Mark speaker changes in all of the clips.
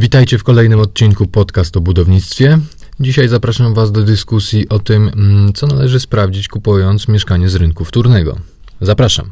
Speaker 1: Witajcie w kolejnym odcinku podcastu o budownictwie. Dzisiaj zapraszam Was do dyskusji o tym, co należy sprawdzić, kupując mieszkanie z rynku wtórnego. Zapraszam.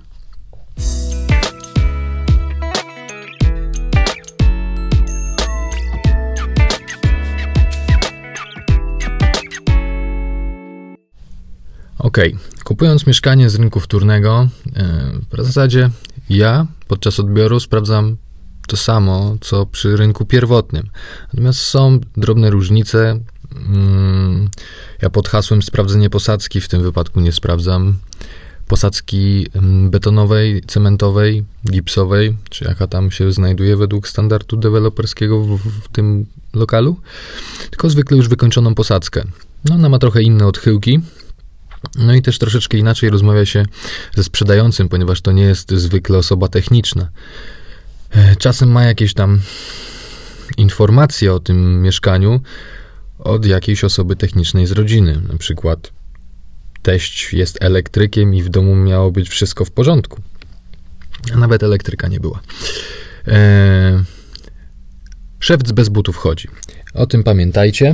Speaker 1: Kupując mieszkanie z rynku wtórnego, w zasadzie ja podczas odbioru sprawdzam to samo, co przy rynku pierwotnym. Natomiast są drobne różnice. Ja pod hasłem sprawdzenie posadzki w tym wypadku nie sprawdzam posadzki betonowej, cementowej, gipsowej, czy jaka tam się znajduje według standardu deweloperskiego w tym lokalu, tylko zwykle już wykończoną posadzkę. Ona ma trochę inne odchyłki. No i też troszeczkę inaczej rozmawia się ze sprzedającym, ponieważ to nie jest zwykle osoba techniczna. Czasem ma jakieś tam informacje o tym mieszkaniu od jakiejś osoby technicznej z rodziny. Na przykład teść jest elektrykiem i w domu miało być wszystko w porządku. A nawet elektryka nie była. Szewc bez butów chodzi. O tym pamiętajcie.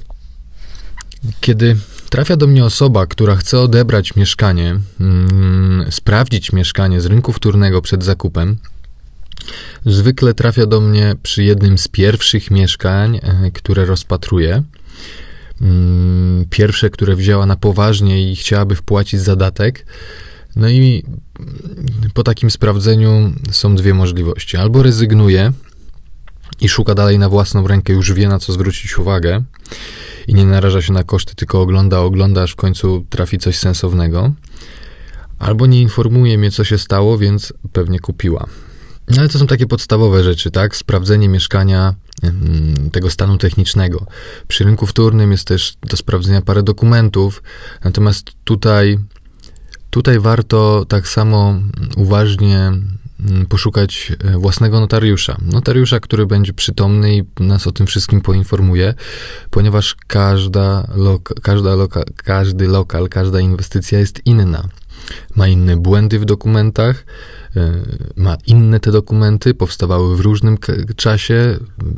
Speaker 1: Kiedy trafia do mnie osoba, która chce odebrać mieszkanie, sprawdzić mieszkanie z rynku wtórnego przed zakupem, zwykle trafia do mnie przy jednym z pierwszych mieszkań, które rozpatruje. Pierwsze, które wzięła na poważnie i chciałaby wpłacić zadatek. No i po takim sprawdzeniu są dwie możliwości. Albo rezygnuje i szuka dalej na własną rękę, już wie, na co zwrócić uwagę i nie naraża się na koszty, tylko ogląda, aż w końcu trafi coś sensownego. Albo nie informuje mnie, co się stało, więc pewnie kupiła. No ale to są takie podstawowe rzeczy, tak? Sprawdzenie mieszkania, tego stanu technicznego. Przy rynku wtórnym jest też do sprawdzenia parę dokumentów, natomiast tutaj warto tak samo uważnie poszukać własnego notariusza. Notariusza, który będzie przytomny i nas o tym wszystkim poinformuje, ponieważ każdy lokal, każda inwestycja jest inna. Ma inne błędy w dokumentach, ma inne te dokumenty, powstawały w różnym czasie,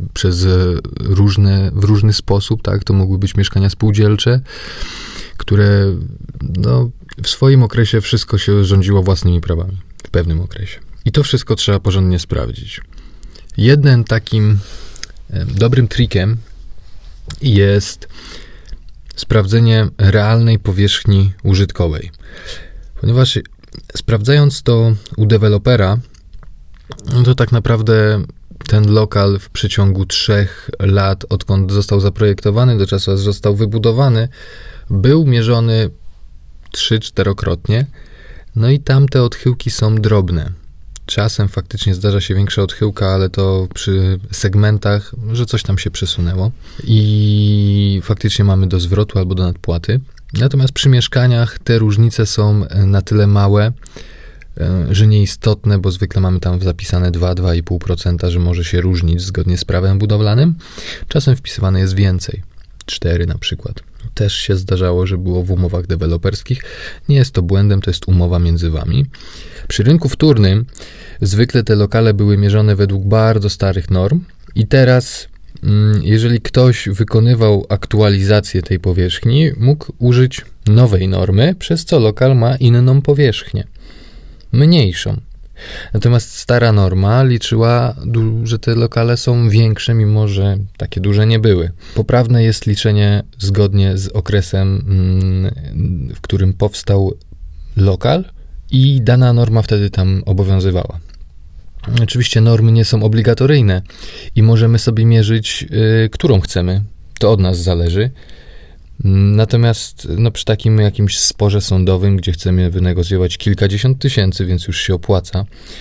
Speaker 1: w różny sposób, tak? To mogły być mieszkania spółdzielcze, które w swoim okresie wszystko się rządziło własnymi prawami, w pewnym okresie. I to wszystko trzeba porządnie sprawdzić. Jednym takim dobrym trikiem jest sprawdzenie realnej powierzchni użytkowej. Ponieważ sprawdzając to u dewelopera, to tak naprawdę ten lokal w przeciągu 3 lat, odkąd został zaprojektowany do czasu, aż został wybudowany, był mierzony 3-4-krotnie. No i tamte odchyłki są drobne. Czasem faktycznie zdarza się większa odchyłka, ale to przy segmentach, że coś tam się przesunęło i faktycznie mamy do zwrotu albo do nadpłaty. Natomiast przy mieszkaniach te różnice są na tyle małe, że nieistotne, bo zwykle mamy tam zapisane 2-2,5%, że może się różnić zgodnie z prawem budowlanym. Czasem wpisywane jest więcej, 4 na przykład. Też się zdarzało, że było w umowach deweloperskich. Nie jest to błędem, to jest umowa między wami. Przy rynku wtórnym zwykle te lokale były mierzone według bardzo starych norm i teraz jeżeli ktoś wykonywał aktualizację tej powierzchni, mógł użyć nowej normy, przez co lokal ma inną powierzchnię, mniejszą. Natomiast stara norma liczyła, że te lokale są większe, mimo że takie duże nie były. Poprawne jest liczenie zgodnie z okresem, w którym powstał lokal i dana norma wtedy tam obowiązywała. Oczywiście normy nie są obligatoryjne i możemy sobie mierzyć, którą chcemy. To od nas zależy. Natomiast przy takim jakimś sporze sądowym, gdzie chcemy wynegocjować kilkadziesiąt tysięcy, więc już się opłaca,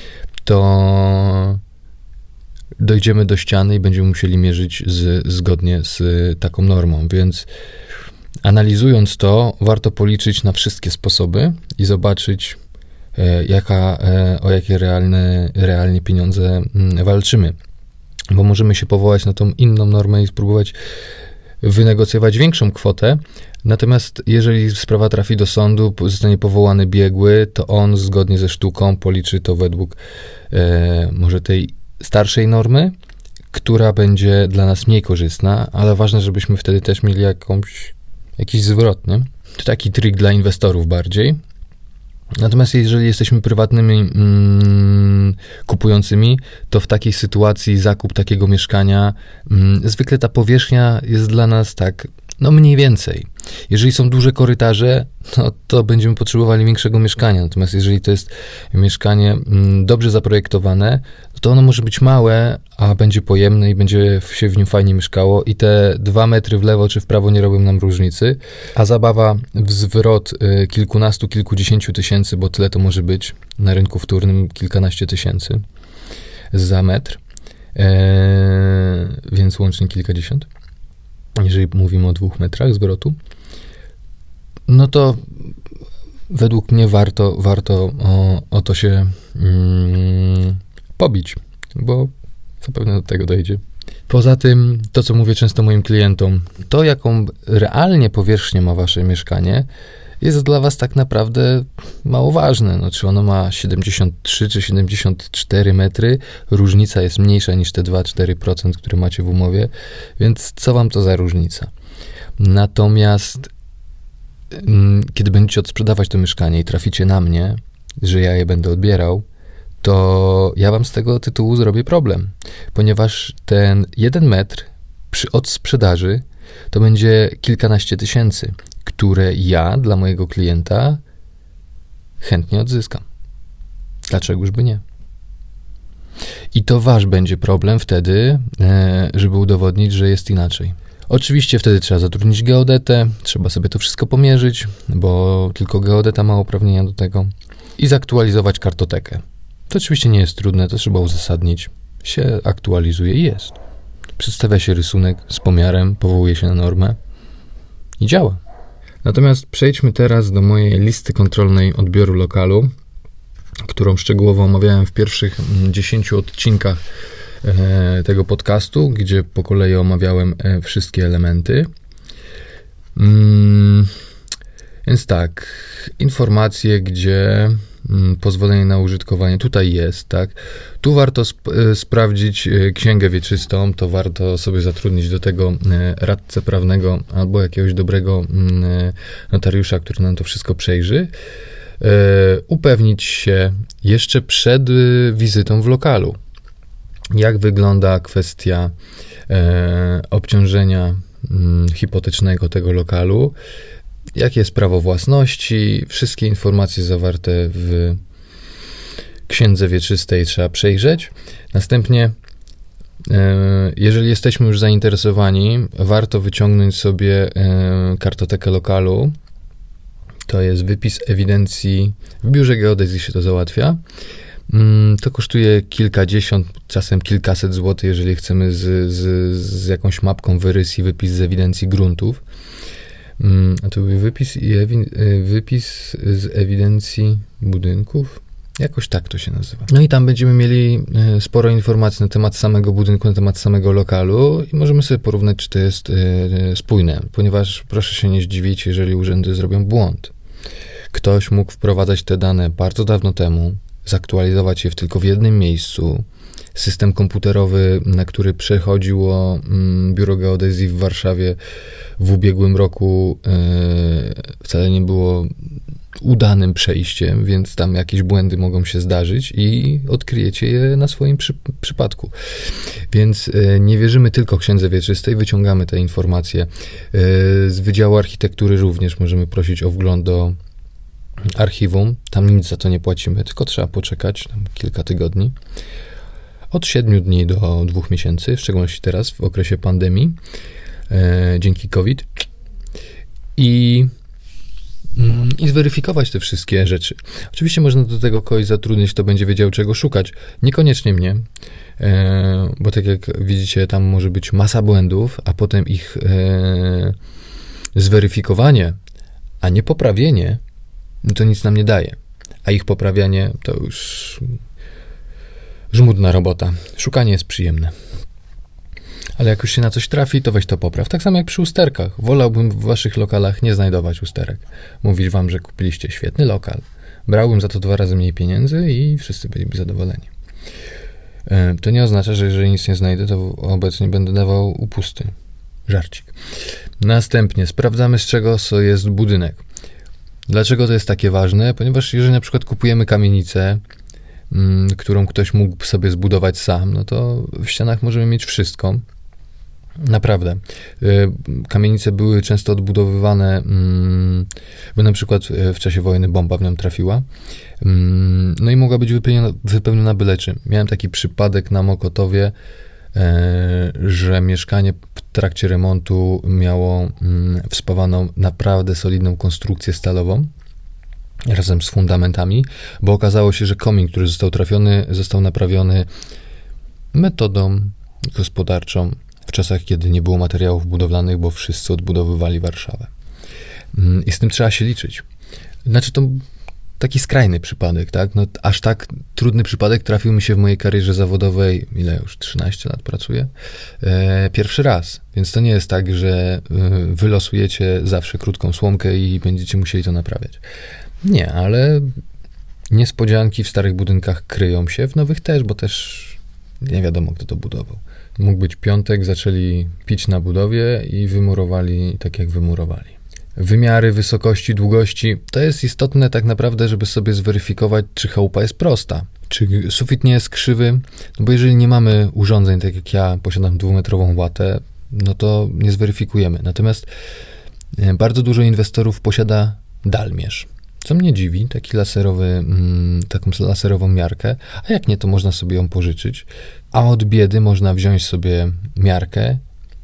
Speaker 1: to dojdziemy do ściany i będziemy musieli mierzyć zgodnie z taką normą. Więc analizując to, warto policzyć na wszystkie sposoby i zobaczyć, o jakie realnie pieniądze walczymy. Bo możemy się powołać na tą inną normę i spróbować wynegocjować większą kwotę, natomiast jeżeli sprawa trafi do sądu, zostanie powołany biegły, to on zgodnie ze sztuką policzy to według może tej starszej normy, która będzie dla nas mniej korzystna, ale ważne, żebyśmy wtedy też mieli jakiś zwrot, nie? To taki trik dla inwestorów bardziej. Natomiast jeżeli jesteśmy prywatnymi kupującymi, to w takiej sytuacji zakup takiego mieszkania, zwykle ta powierzchnia jest dla nas tak, no mniej więcej. Jeżeli są duże korytarze, no to będziemy potrzebowali większego mieszkania. Natomiast jeżeli to jest mieszkanie dobrze zaprojektowane, to ono może być małe, a będzie pojemne i będzie się w nim fajnie mieszkało i te 2 metry w lewo czy w prawo nie robią nam różnicy, a zabawa w zwrot kilkunastu, kilkudziesięciu tysięcy, bo tyle to może być na rynku wtórnym, kilkanaście tysięcy za metr, więc łącznie kilkadziesiąt. Jeżeli mówimy o 2 metrach zwrotu, no to według mnie warto o to się pobić, bo zapewne do tego dojdzie. Poza tym, to co mówię często moim klientom, to jaką realnie powierzchnię ma wasze mieszkanie, jest dla was tak naprawdę mało ważne. No, czy ono ma 73 czy 74 metry, różnica jest mniejsza niż te 2-4%, które macie w umowie, więc co wam to za różnica? Natomiast kiedy będziecie odsprzedawać to mieszkanie i traficie na mnie, że ja je będę odbierał, to ja wam z tego tytułu zrobię problem, ponieważ ten 1 metr przy odsprzedaży to będzie kilkanaście tysięcy, które ja dla mojego klienta chętnie odzyskam. Dlaczegoż by nie? I to wasz będzie problem wtedy, żeby udowodnić, że jest inaczej. Oczywiście wtedy trzeba zatrudnić geodetę, trzeba sobie to wszystko pomierzyć, bo tylko geodeta ma uprawnienia do tego i zaktualizować kartotekę. To oczywiście nie jest trudne, to trzeba uzasadnić. Się aktualizuje i jest. Przedstawia się rysunek z pomiarem, powołuje się na normę i działa. Natomiast przejdźmy teraz do mojej listy kontrolnej odbioru lokalu, którą szczegółowo omawiałem w pierwszych 10 odcinkach tego podcastu, gdzie po kolei omawiałem wszystkie elementy. Więc tak, informacje, gdzie pozwolenie na użytkowanie tutaj jest, tak. Tu warto sprawdzić księgę wieczystą, to warto sobie zatrudnić do tego radcę prawnego albo jakiegoś dobrego notariusza, który nam to wszystko przejrzy. Upewnić się jeszcze przed wizytą w lokalu, jak wygląda kwestia obciążenia hipotecznego tego lokalu, jakie jest prawo własności, wszystkie informacje zawarte w księdze wieczystej trzeba przejrzeć. Następnie, jeżeli jesteśmy już zainteresowani, warto wyciągnąć sobie kartotekę lokalu. To jest wypis ewidencji, w biurze geodezji się to załatwia. To kosztuje kilkadziesiąt, czasem kilkaset złotych, jeżeli chcemy z jakąś mapką wyrys i wypis z ewidencji gruntów. A to był wypis z ewidencji budynków? Jakoś tak to się nazywa. No i tam będziemy mieli sporo informacji na temat samego budynku, na temat samego lokalu i możemy sobie porównać, czy to jest spójne, ponieważ proszę się nie zdziwić, jeżeli urzędy zrobią błąd. Ktoś mógł wprowadzać te dane bardzo dawno temu, zaktualizować je tylko w jednym miejscu. System komputerowy, na który przechodziło Biuro Geodezji w Warszawie w ubiegłym roku, wcale nie było udanym przejściem, więc tam jakieś błędy mogą się zdarzyć i odkryjecie je na swoim przypadku. Więc nie wierzymy tylko księdze wieczystej, wyciągamy te informacje. Z Wydziału Architektury również możemy prosić o wgląd do archiwum. Tam nic za to nie płacimy, tylko trzeba poczekać tam kilka tygodni. Od 7 dni do 2 miesięcy, w szczególności teraz w okresie pandemii, dzięki COVID. I zweryfikować te wszystkie rzeczy. Oczywiście można do tego kogoś zatrudnić, kto będzie wiedział, czego szukać. Niekoniecznie mnie, bo tak jak widzicie, tam może być masa błędów, a potem ich zweryfikowanie, a nie poprawienie, no to nic nam nie daje. A ich poprawianie to już żmudna robota. Szukanie jest przyjemne. Ale jak już się na coś trafi, to weź to popraw. Tak samo jak przy usterkach. Wolałbym w waszych lokalach nie znajdować usterek. Mówić wam, że kupiliście świetny lokal. Brałbym za to 2 razy mniej pieniędzy i wszyscy byliby zadowoleni. To nie oznacza, że jeżeli nic nie znajdę, to obecnie będę dawał upusty. Żarcik. Następnie sprawdzamy, z czego jest budynek. Dlaczego to jest takie ważne? Ponieważ jeżeli na przykład kupujemy kamienicę, którą ktoś mógł sobie zbudować sam, no to w ścianach możemy mieć wszystko. Naprawdę. Kamienice były często odbudowywane, bo na przykład w czasie wojny bomba w nią trafiła, no i mogła być wypełniona byle czym. Miałem taki przypadek na Mokotowie, że mieszkanie w trakcie remontu miało wspawaną naprawdę solidną konstrukcję stalową razem z fundamentami, bo okazało się, że komin, który został trafiony, został naprawiony metodą gospodarczą w czasach, kiedy nie było materiałów budowlanych, bo wszyscy odbudowywali Warszawę. I z tym trzeba się liczyć. Znaczy to taki skrajny przypadek, tak? No, aż tak trudny przypadek trafił mi się w mojej karierze zawodowej, ile już 13 lat pracuję, pierwszy raz. Więc to nie jest tak, że wylosujecie zawsze krótką słomkę i będziecie musieli to naprawiać. Nie, ale niespodzianki w starych budynkach kryją się, w nowych też, bo też nie wiadomo, kto to budował. Mógł być piątek, zaczęli pić na budowie i wymurowali tak, jak wymurowali. Wymiary, wysokości, długości, to jest istotne tak naprawdę, żeby sobie zweryfikować, czy chałupa jest prosta, czy sufit nie jest krzywy, no bo jeżeli nie mamy urządzeń, tak jak ja posiadam 2-metrową łatę, no to nie zweryfikujemy. Natomiast bardzo dużo inwestorów posiada dalmierz, co mnie dziwi, taką laserową miarkę, a jak nie, to można sobie ją pożyczyć, a od biedy można wziąć sobie miarkę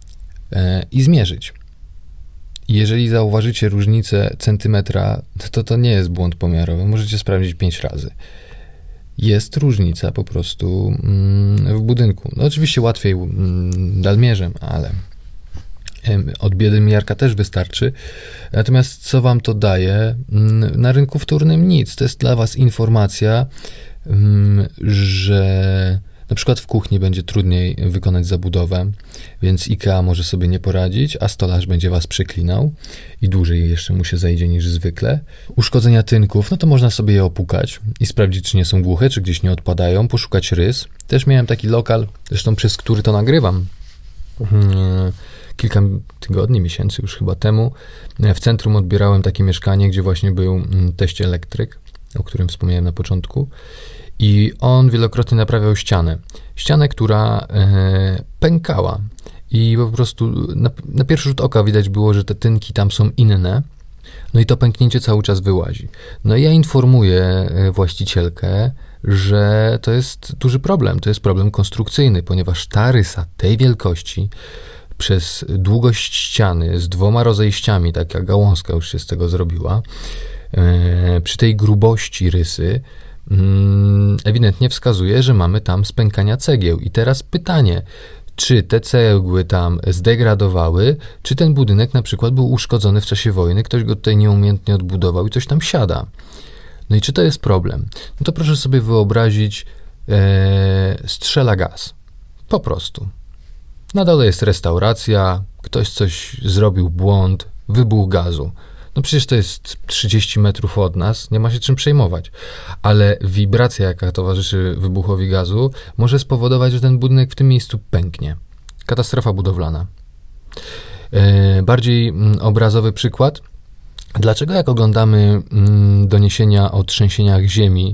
Speaker 1: i zmierzyć. I jeżeli zauważycie różnicę centymetra, to nie jest błąd pomiarowy, możecie sprawdzić 5 razy. Jest różnica po prostu w budynku. No oczywiście łatwiej dalmierzem, ale od biedy miarka też wystarczy. Natomiast co wam to daje? Na rynku wtórnym nic. To jest dla was informacja, że na przykład w kuchni będzie trudniej wykonać zabudowę, więc IKEA może sobie nie poradzić, a stolarz będzie was przeklinał i dłużej jeszcze mu się zajdzie niż zwykle. Uszkodzenia tynków, no to można sobie je opukać i sprawdzić, czy nie są głuche, czy gdzieś nie odpadają, poszukać rys. Też miałem taki lokal, zresztą przez który to nagrywam, kilka tygodni, miesięcy już chyba temu. W centrum odbierałem takie mieszkanie, gdzie właśnie był teść elektryk, o którym wspomniałem na początku. I on wielokrotnie naprawiał ścianę, która pękała i po prostu na pierwszy rzut oka widać było, że te tynki tam są inne, no i to pęknięcie cały czas wyłazi. No i ja informuję właścicielkę, że to jest duży problem, to jest problem konstrukcyjny, ponieważ ta rysa tej wielkości przez długość ściany z 2 rozejściami, taka gałązka już się z tego zrobiła, przy tej grubości rysy ewidentnie wskazuje, że mamy tam spękania cegieł. I teraz pytanie, czy te cegły tam zdegradowały, czy ten budynek na przykład był uszkodzony w czasie wojny, ktoś go tutaj nieumiejętnie odbudował i coś tam siada. No i czy to jest problem? No to proszę sobie wyobrazić, strzela gaz. Po prostu. Na dole jest restauracja, ktoś coś zrobił błąd, wybuch gazu. No przecież to jest 30 metrów od nas, nie ma się czym przejmować. Ale wibracja, jaka towarzyszy wybuchowi gazu, może spowodować, że ten budynek w tym miejscu pęknie. Katastrofa budowlana. Bardziej obrazowy przykład. Dlaczego jak oglądamy doniesienia o trzęsieniach ziemi,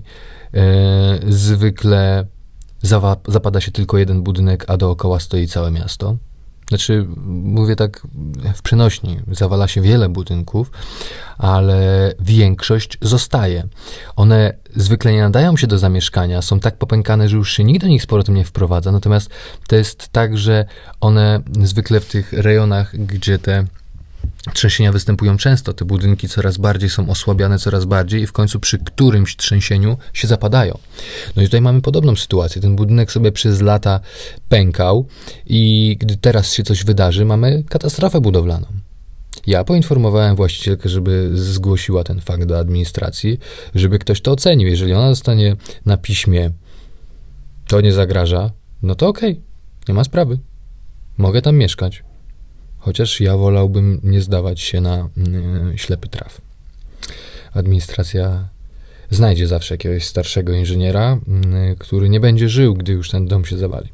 Speaker 1: zwykle zapada się tylko jeden budynek, a dookoła stoi całe miasto? Znaczy, mówię tak w przenośni, zawala się wiele budynków, ale większość zostaje. One zwykle nie nadają się do zamieszkania, są tak popękane, że już się nikt do nich z powrotem nie wprowadza, natomiast to jest tak, że one zwykle w tych rejonach, gdzie te trzęsienia występują często, te budynki coraz bardziej są osłabiane, coraz bardziej i w końcu przy którymś trzęsieniu się zapadają. No i tutaj mamy podobną sytuację. Ten budynek sobie przez lata pękał i gdy teraz się coś wydarzy, mamy katastrofę budowlaną. Ja poinformowałem właścicielkę, żeby zgłosiła ten fakt do administracji, żeby ktoś to ocenił. Jeżeli ona dostanie na piśmie, to nie zagraża, no to okej, nie ma sprawy. Mogę tam mieszkać. Chociaż ja wolałbym nie zdawać się na ślepy traf. Administracja znajdzie zawsze jakiegoś starszego inżyniera, który nie będzie żył, gdy już ten dom się zawali.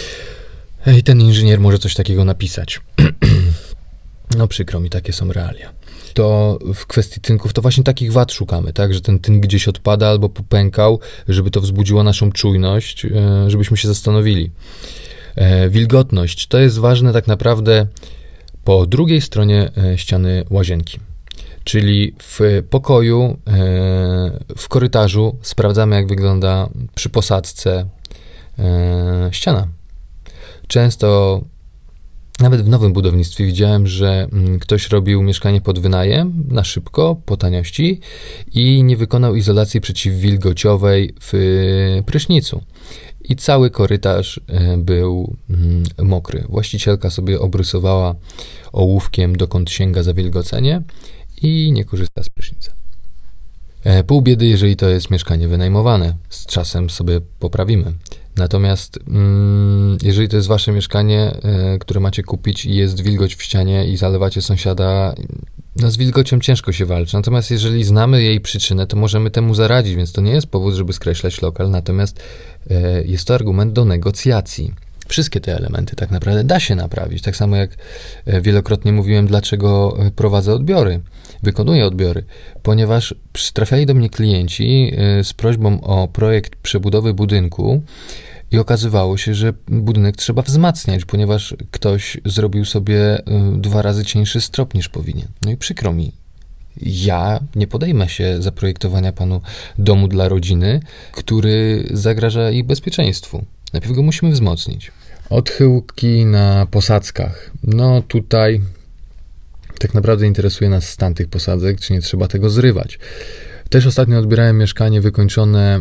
Speaker 1: I ten inżynier może coś takiego napisać. No przykro mi, takie są realia. To w kwestii tynków, to właśnie takich wad szukamy, tak, że ten tynk gdzieś odpada albo popękał, żeby to wzbudziło naszą czujność, żebyśmy się zastanowili. Wilgotność, to jest ważne tak naprawdę po drugiej stronie ściany łazienki. Czyli w pokoju, w korytarzu sprawdzamy, jak wygląda przy posadzce ściana. Często, nawet w nowym budownictwie widziałem, że ktoś robił mieszkanie pod wynajem, na szybko, po taniości i nie wykonał izolacji przeciwwilgociowej w prysznicu. I cały korytarz był mokry. Właścicielka sobie obrysowała ołówkiem, dokąd sięga zawilgocenie i nie korzysta z prysznica. Pół biedy, jeżeli to jest mieszkanie wynajmowane. Z czasem sobie poprawimy. Natomiast jeżeli to jest wasze mieszkanie, które macie kupić i jest wilgoć w ścianie i zalewacie sąsiada, no z wilgocią ciężko się walczy. Natomiast jeżeli znamy jej przyczynę, to możemy temu zaradzić, więc to nie jest powód, żeby skreślać lokal. Natomiast jest to argument do negocjacji. Wszystkie te elementy tak naprawdę da się naprawić. Tak samo jak wielokrotnie mówiłem, dlaczego prowadzę odbiory, wykonuję odbiory. Ponieważ trafiali do mnie klienci z prośbą o projekt przebudowy budynku i okazywało się, że budynek trzeba wzmacniać, ponieważ ktoś zrobił sobie 2 razy cieńszy strop niż powinien. No i przykro mi. Ja nie podejmę się zaprojektowania panu domu dla rodziny, który zagraża ich bezpieczeństwu. Najpierw go musimy wzmocnić. Odchyłki na posadzkach. No tutaj tak naprawdę interesuje nas stan tych posadzek, czy nie trzeba tego zrywać. Też ostatnio odbierałem mieszkanie wykończone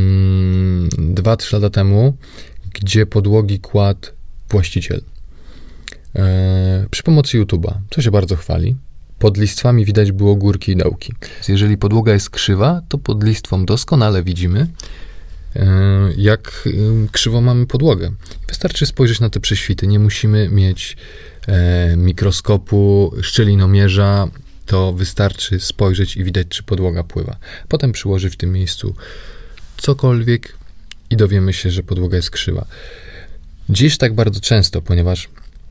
Speaker 1: 2-3 lata temu, gdzie podłogi kładł właściciel. Przy pomocy YouTube'a, co się bardzo chwali. Pod listwami widać było górki i dołki. Jeżeli podłoga jest krzywa, to pod listwą doskonale widzimy, jak krzywo mamy podłogę. Wystarczy spojrzeć na te prześwity. Nie musimy mieć mikroskopu, szczelinomierza. To wystarczy spojrzeć i widać, czy podłoga pływa. Potem przyłoży w tym miejscu cokolwiek i dowiemy się, że podłoga jest krzywa. Dziś tak bardzo często, ponieważ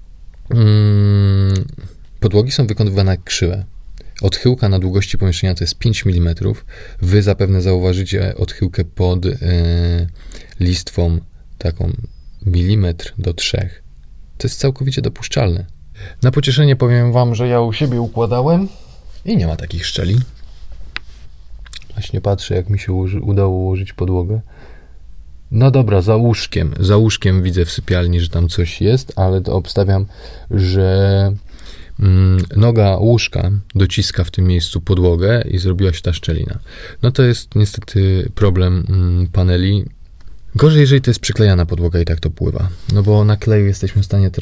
Speaker 1: podłogi są wykonywane jak krzywe. Odchyłka na długości pomieszczenia to jest 5 mm. Wy zapewne zauważycie odchyłkę pod listwą taką 1 do 3 mm. To jest całkowicie dopuszczalne. Na pocieszenie powiem wam, że ja u siebie układałem i nie ma takich szczeli. Właśnie patrzę, jak mi się udało ułożyć podłogę. No dobra, za łóżkiem widzę w sypialni, że tam coś jest, ale to obstawiam, że noga łóżka dociska w tym miejscu podłogę i zrobiła się ta szczelina. No to jest niestety problem paneli. Gorzej, jeżeli to jest przyklejana podłoga i tak to pływa. No bo na kleju jesteśmy w stanie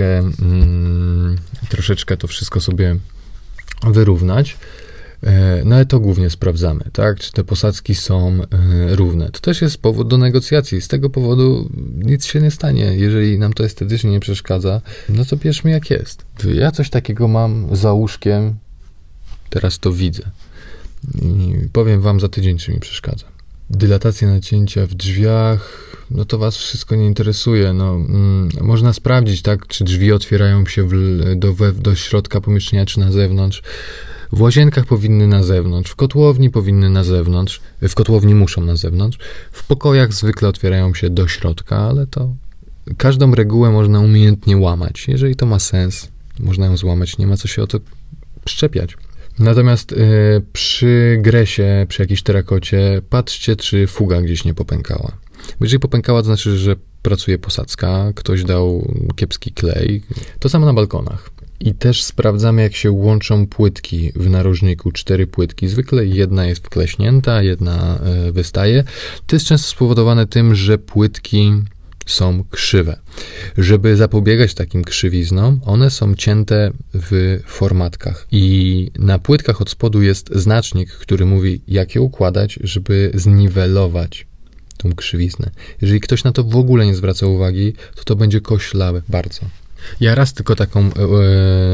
Speaker 1: troszeczkę to wszystko sobie wyrównać. No ale to głównie sprawdzamy, tak? Czy te posadzki są równe. To też jest powód do negocjacji. Z tego powodu nic się nie stanie. Jeżeli nam to estetycznie nie przeszkadza, no to bierzmy jak jest. Ja coś takiego mam za łóżkiem. Teraz to widzę. I powiem wam za tydzień, czy mi przeszkadza. Dylatacja nacięcia w drzwiach, no to was wszystko nie interesuje. No, można sprawdzić, tak? Czy drzwi otwierają się do środka pomieszczenia, czy na zewnątrz. W łazienkach powinny na zewnątrz, w kotłowni powinny na zewnątrz, w kotłowni muszą na zewnątrz, w pokojach zwykle otwierają się do środka, ale to każdą regułę można umiejętnie łamać. Jeżeli to ma sens, można ją złamać, nie ma co się o to szczepiać. Natomiast przy gresie, przy jakiejś terakocie, patrzcie, czy fuga gdzieś nie popękała. Bo jeżeli popękała, to znaczy, że pracuje posadzka, ktoś dał kiepski klej. To samo na balkonach. I też sprawdzamy, jak się łączą płytki w narożniku. 4 płytki. Zwykle jedna jest wkleśnięta, jedna wystaje. To jest często spowodowane tym, że płytki są krzywe. Żeby zapobiegać takim krzywiznom, one są cięte w formatkach. I na płytkach od spodu jest znacznik, który mówi, jak je układać, żeby zniwelować tą krzywiznę. Jeżeli ktoś na to w ogóle nie zwraca uwagi, to będzie koślawe bardzo. Ja raz tylko taką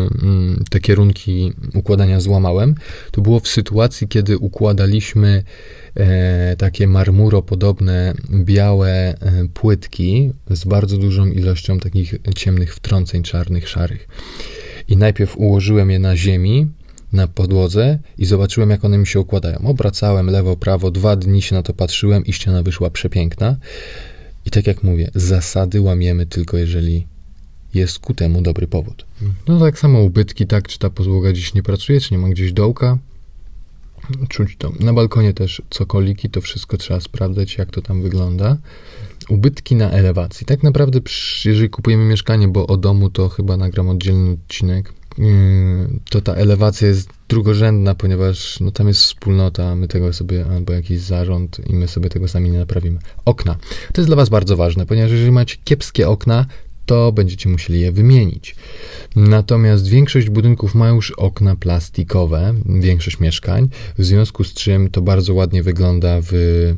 Speaker 1: te kierunki układania złamałem, to było w sytuacji, kiedy układaliśmy takie marmuropodobne, białe płytki z bardzo dużą ilością takich ciemnych wtrąceń, czarnych, szarych. I najpierw ułożyłem je na ziemi, na podłodze i zobaczyłem, jak one mi się układają. Obracałem lewo, prawo, 2 dni się na to patrzyłem i ściana wyszła przepiękna. I tak jak mówię, zasady łamiemy tylko jeżeli jest ku temu dobry powód. No tak samo ubytki, tak, czy ta podłoga dziś nie pracuje, czy nie ma gdzieś dołka. Czuć to. Na balkonie też cokoliki, to wszystko trzeba sprawdzać, jak to tam wygląda. Ubytki na elewacji. Tak naprawdę, jeżeli kupujemy mieszkanie, bo o domu to chyba nagram oddzielny odcinek, to ta elewacja jest drugorzędna, ponieważ no, tam jest wspólnota, my tego sobie, albo jakiś zarząd i my sobie tego sami nie naprawimy. Okna. To jest dla was bardzo ważne, ponieważ jeżeli macie kiepskie okna, to będziecie musieli je wymienić. Natomiast większość budynków ma już okna plastikowe, większość mieszkań, w związku z czym to bardzo ładnie wygląda w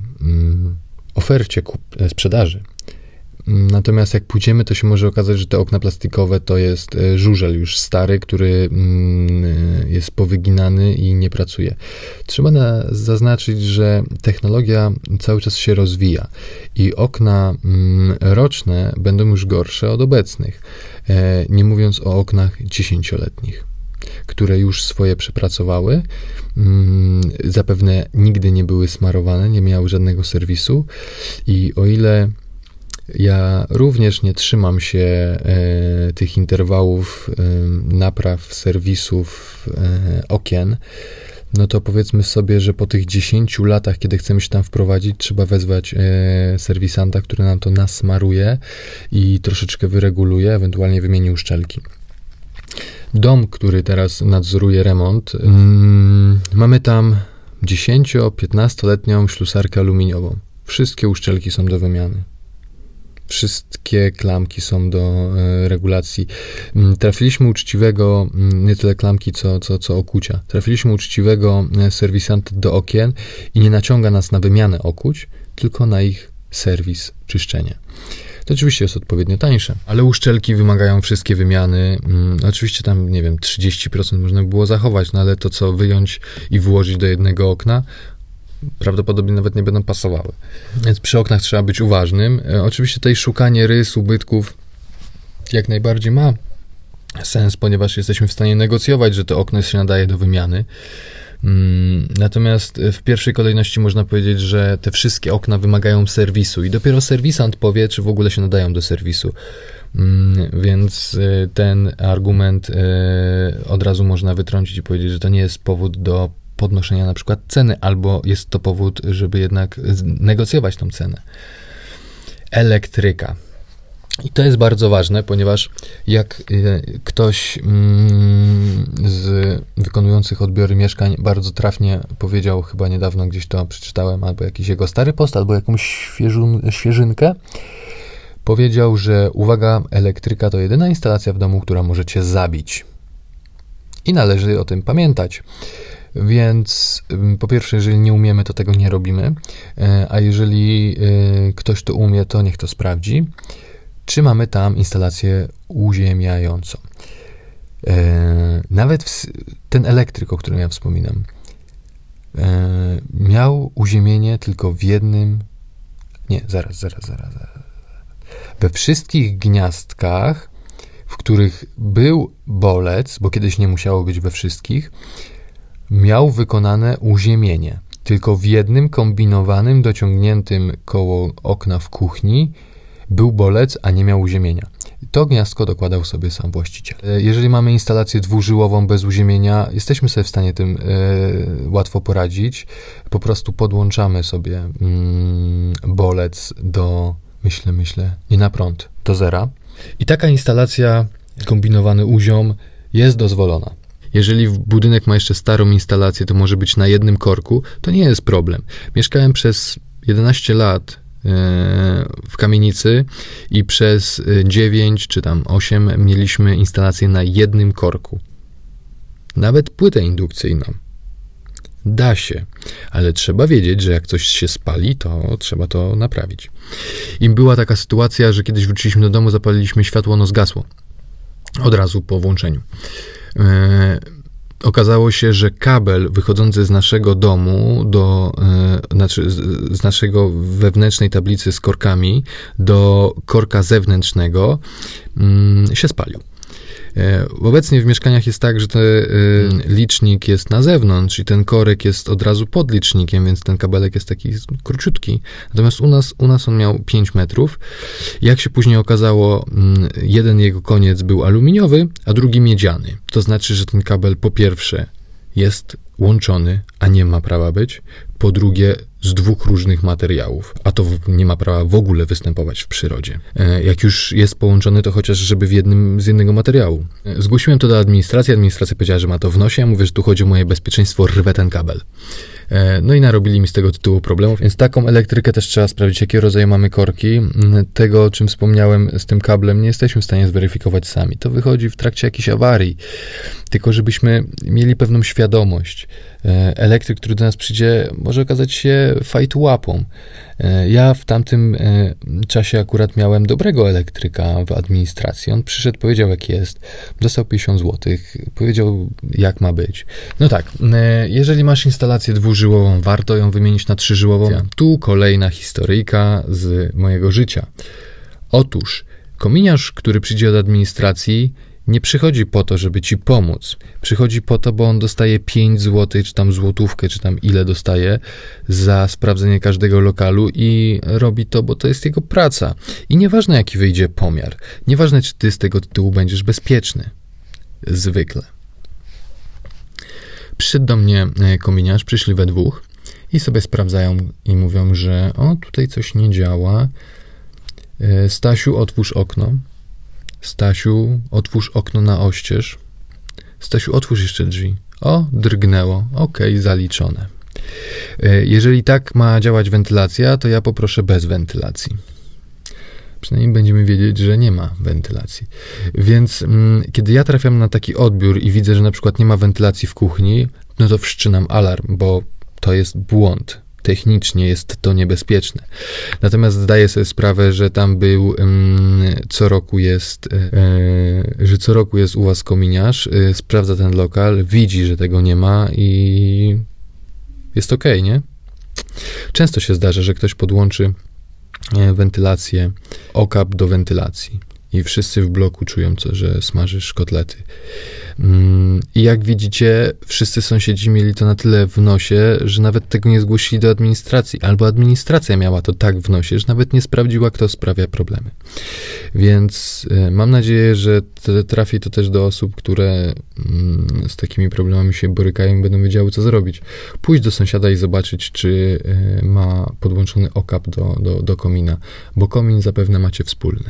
Speaker 1: ofercie sprzedaży. Natomiast jak pójdziemy, to się może okazać, że te okna plastikowe to jest żużel już stary, który jest powyginany i nie pracuje. Trzeba zaznaczyć, że technologia cały czas się rozwija i okna roczne będą już gorsze od obecnych. Nie mówiąc o oknach 10-letnich, które już swoje przepracowały, zapewne nigdy nie były smarowane, nie miały żadnego serwisu i o ile ja również nie trzymam się tych interwałów napraw, serwisów, okien, no to powiedzmy sobie, że po tych 10 latach, kiedy chcemy się tam wprowadzić, trzeba wezwać serwisanta, który nam to nasmaruje i troszeczkę wyreguluje, ewentualnie wymieni uszczelki. Dom, który teraz nadzoruje remont, mamy tam 10-15-letnią ślusarkę aluminiową. Wszystkie uszczelki są do wymiany. Wszystkie klamki są do regulacji. Trafiliśmy uczciwego, nie tyle klamki, co okucia. Trafiliśmy uczciwego serwisanta do okien i nie naciąga nas na wymianę okuć, tylko na ich serwis, czyszczenie. To oczywiście jest odpowiednio tańsze, ale uszczelki wymagają wszystkie wymiany. Oczywiście tam, nie wiem, 30% można by było zachować, no ale to co wyjąć i włożyć do jednego okna, prawdopodobnie nawet nie będą pasowały. Więc przy oknach trzeba być uważnym. Oczywiście tutaj szukanie rys, ubytków jak najbardziej ma sens, ponieważ jesteśmy w stanie negocjować, że to okno się nadaje do wymiany. Natomiast w pierwszej kolejności można powiedzieć, że te wszystkie okna wymagają serwisu i dopiero serwisant powie, czy w ogóle się nadają do serwisu. Więc ten argument od razu można wytrącić i powiedzieć, że to nie jest powód do podnoszenia na przykład ceny, albo jest to powód, żeby jednak negocjować tą cenę. Elektryka. I to jest bardzo ważne, ponieważ jak ktoś z wykonujących odbiory mieszkań bardzo trafnie powiedział, chyba niedawno gdzieś to przeczytałem, albo jakiś jego stary post, albo jakąś świeżynkę, powiedział, że uwaga, elektryka to jedyna instalacja w domu, która może cię zabić. I należy o tym pamiętać. Więc po pierwsze, jeżeli nie umiemy, to tego nie robimy, a jeżeli ktoś to umie, to niech to sprawdzi, czy mamy tam instalację uziemiającą. Nawet ten elektryk, o którym ja wspominam, miał uziemienie tylko w jednym... Nie, zaraz. We wszystkich gniazdkach, w których był bolec, bo kiedyś nie musiało być we wszystkich, miał wykonane uziemienie. Tylko w jednym kombinowanym, dociągniętym koło okna w kuchni był bolec, a nie miał uziemienia. To gniazdko dokładał sobie sam właściciel. Jeżeli mamy instalację dwużyłową bez uziemienia, jesteśmy sobie w stanie tym łatwo poradzić. Po prostu podłączamy sobie bolec do, myślę, nie na prąd, do zera. I taka instalacja, kombinowany uziom, jest dozwolona. Jeżeli budynek ma jeszcze starą instalację, to może być na jednym korku, to nie jest problem. Mieszkałem przez 11 lat w kamienicy i przez 9 czy tam 8 mieliśmy instalację na jednym korku. Nawet płytę indukcyjną. Da się, ale trzeba wiedzieć, że jak coś się spali, to trzeba to naprawić. I była taka sytuacja, że kiedyś wróciliśmy do domu, zapaliliśmy światło, ono zgasło. Od razu po włączeniu. Okazało się, że kabel wychodzący z naszego domu, z naszego wewnętrznej tablicy z korkami do korka zewnętrznego się spalił. Obecnie w mieszkaniach jest tak, że ten licznik jest na zewnątrz i ten korek jest od razu pod licznikiem, więc ten kabelek jest taki króciutki. Natomiast u nas on miał 5 metrów. Jak się później okazało, jeden jego koniec był aluminiowy, a drugi miedziany. To znaczy, że ten kabel po pierwsze jest łączony, a nie ma prawa być. Po drugie, z 2 różnych materiałów, a to nie ma prawa w ogóle występować w przyrodzie. Jak już jest połączony, to chociaż żeby z jednego materiału. Zgłosiłem to do administracji, administracja powiedziała, że ma to w nosie, ja mówię, że tu chodzi o moje bezpieczeństwo, rwę ten kabel. No i narobili mi z tego tytułu problemów, więc taką elektrykę też trzeba sprawdzić, jakie rodzaje mamy korki. Tego, o czym wspomniałem z tym kablem, nie jesteśmy w stanie zweryfikować sami. To wychodzi w trakcie jakiejś awarii, tylko żebyśmy mieli pewną świadomość. Elektryk, który do nas przyjdzie, może okazać się fajtłapą. Ja w tamtym czasie akurat miałem dobrego elektryka w administracji. On przyszedł, powiedział jak jest, dostał 50 zł, powiedział jak ma być. No tak, jeżeli masz instalację 2-żyłową, warto ją wymienić na 3-żyłową. Tu kolejna historyjka z mojego życia. Otóż kominiarz, który przyjdzie od administracji, nie przychodzi po to, żeby ci pomóc. Przychodzi po to, bo on dostaje 5 zł, czy tam złotówkę, czy tam ile dostaje za sprawdzenie każdego lokalu i robi to, bo to jest jego praca. I nieważne, jaki wyjdzie pomiar. Nieważne, czy ty z tego tytułu będziesz bezpieczny. Zwykle. Przyszedł do mnie kominiarz, przyszli we 2 i sobie sprawdzają i mówią, że tutaj coś nie działa. Stasiu, otwórz okno. Stasiu, otwórz okno na oścież. Stasiu, otwórz jeszcze drzwi. Drgnęło. Okej, zaliczone. Jeżeli tak ma działać wentylacja, to ja poproszę bez wentylacji. Przynajmniej będziemy wiedzieć, że nie ma wentylacji. Więc kiedy ja trafiam na taki odbiór i widzę, że na przykład nie ma wentylacji w kuchni, no to wszczynam alarm, bo to jest błąd. Technicznie jest to niebezpieczne. Natomiast zdaję sobie sprawę, że tam był co roku jest u was kominiarz, sprawdza ten lokal, widzi, że tego nie ma i jest okej, nie? Często się zdarza, że ktoś podłączy wentylację, okap do wentylacji i wszyscy w bloku czują, że smażysz kotlety. I jak widzicie, wszyscy sąsiedzi mieli to na tyle w nosie, że nawet tego nie zgłosili do administracji, albo administracja miała to tak w nosie, że nawet nie sprawdziła, kto sprawia problemy. Więc mam nadzieję, że trafi to też do osób, które z takimi problemami się borykają i będą wiedziały, co zrobić. Pójść do sąsiada i zobaczyć, czy ma podłączony okap do komina, bo komin zapewne macie wspólny.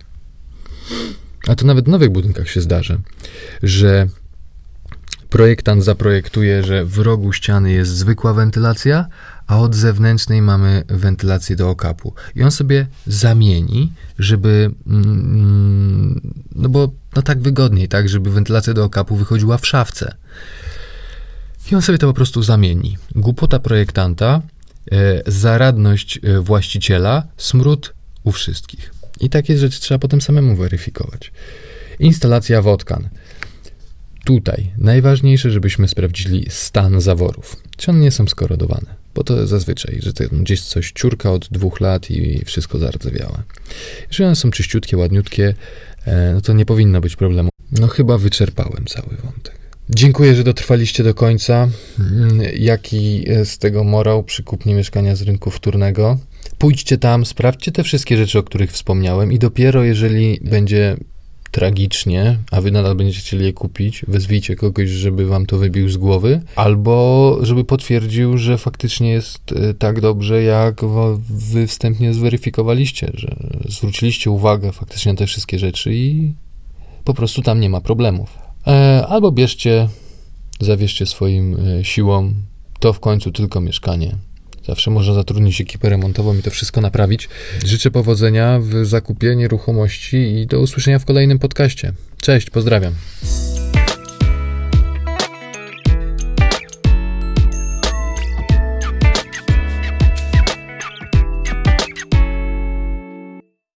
Speaker 1: A to nawet w nowych budynkach się zdarza, że projektant zaprojektuje, że w rogu ściany jest zwykła wentylacja, a od zewnętrznej mamy wentylację do okapu. I on sobie zamieni, żeby, tak wygodniej, tak, żeby wentylacja do okapu wychodziła w szafce. I on sobie to po prostu zamieni. Głupota projektanta, zaradność właściciela, smród u wszystkich. I takie rzeczy trzeba potem samemu weryfikować. Instalacja wodkan. Tutaj najważniejsze, żebyśmy sprawdzili stan zaworów. Czy one nie są skorodowane? Bo to zazwyczaj, że to gdzieś coś ciurka od 2 lat i wszystko zardzewiałe. Jeżeli one są czyściutkie, ładniutkie, no to nie powinno być problemu. No chyba wyczerpałem cały wątek. Dziękuję, że dotrwaliście do końca. Jaki z tego morał przy kupnie mieszkania z rynku wtórnego? Pójdźcie tam, sprawdźcie te wszystkie rzeczy, o których wspomniałem i dopiero jeżeli będzie tragicznie, a wy nadal będziecie chcieli je kupić, wezwijcie kogoś, żeby wam to wybił z głowy, albo żeby potwierdził, że faktycznie jest tak dobrze, jak wy wstępnie zweryfikowaliście, że zwróciliście uwagę faktycznie na te wszystkie rzeczy i po prostu tam nie ma problemów. Albo zawierzcie swoim siłom, to w końcu tylko mieszkanie. Zawsze można zatrudnić ekipę remontową i to wszystko naprawić. Życzę powodzenia w zakupie nieruchomości i do usłyszenia w kolejnym podcaście. Cześć, pozdrawiam.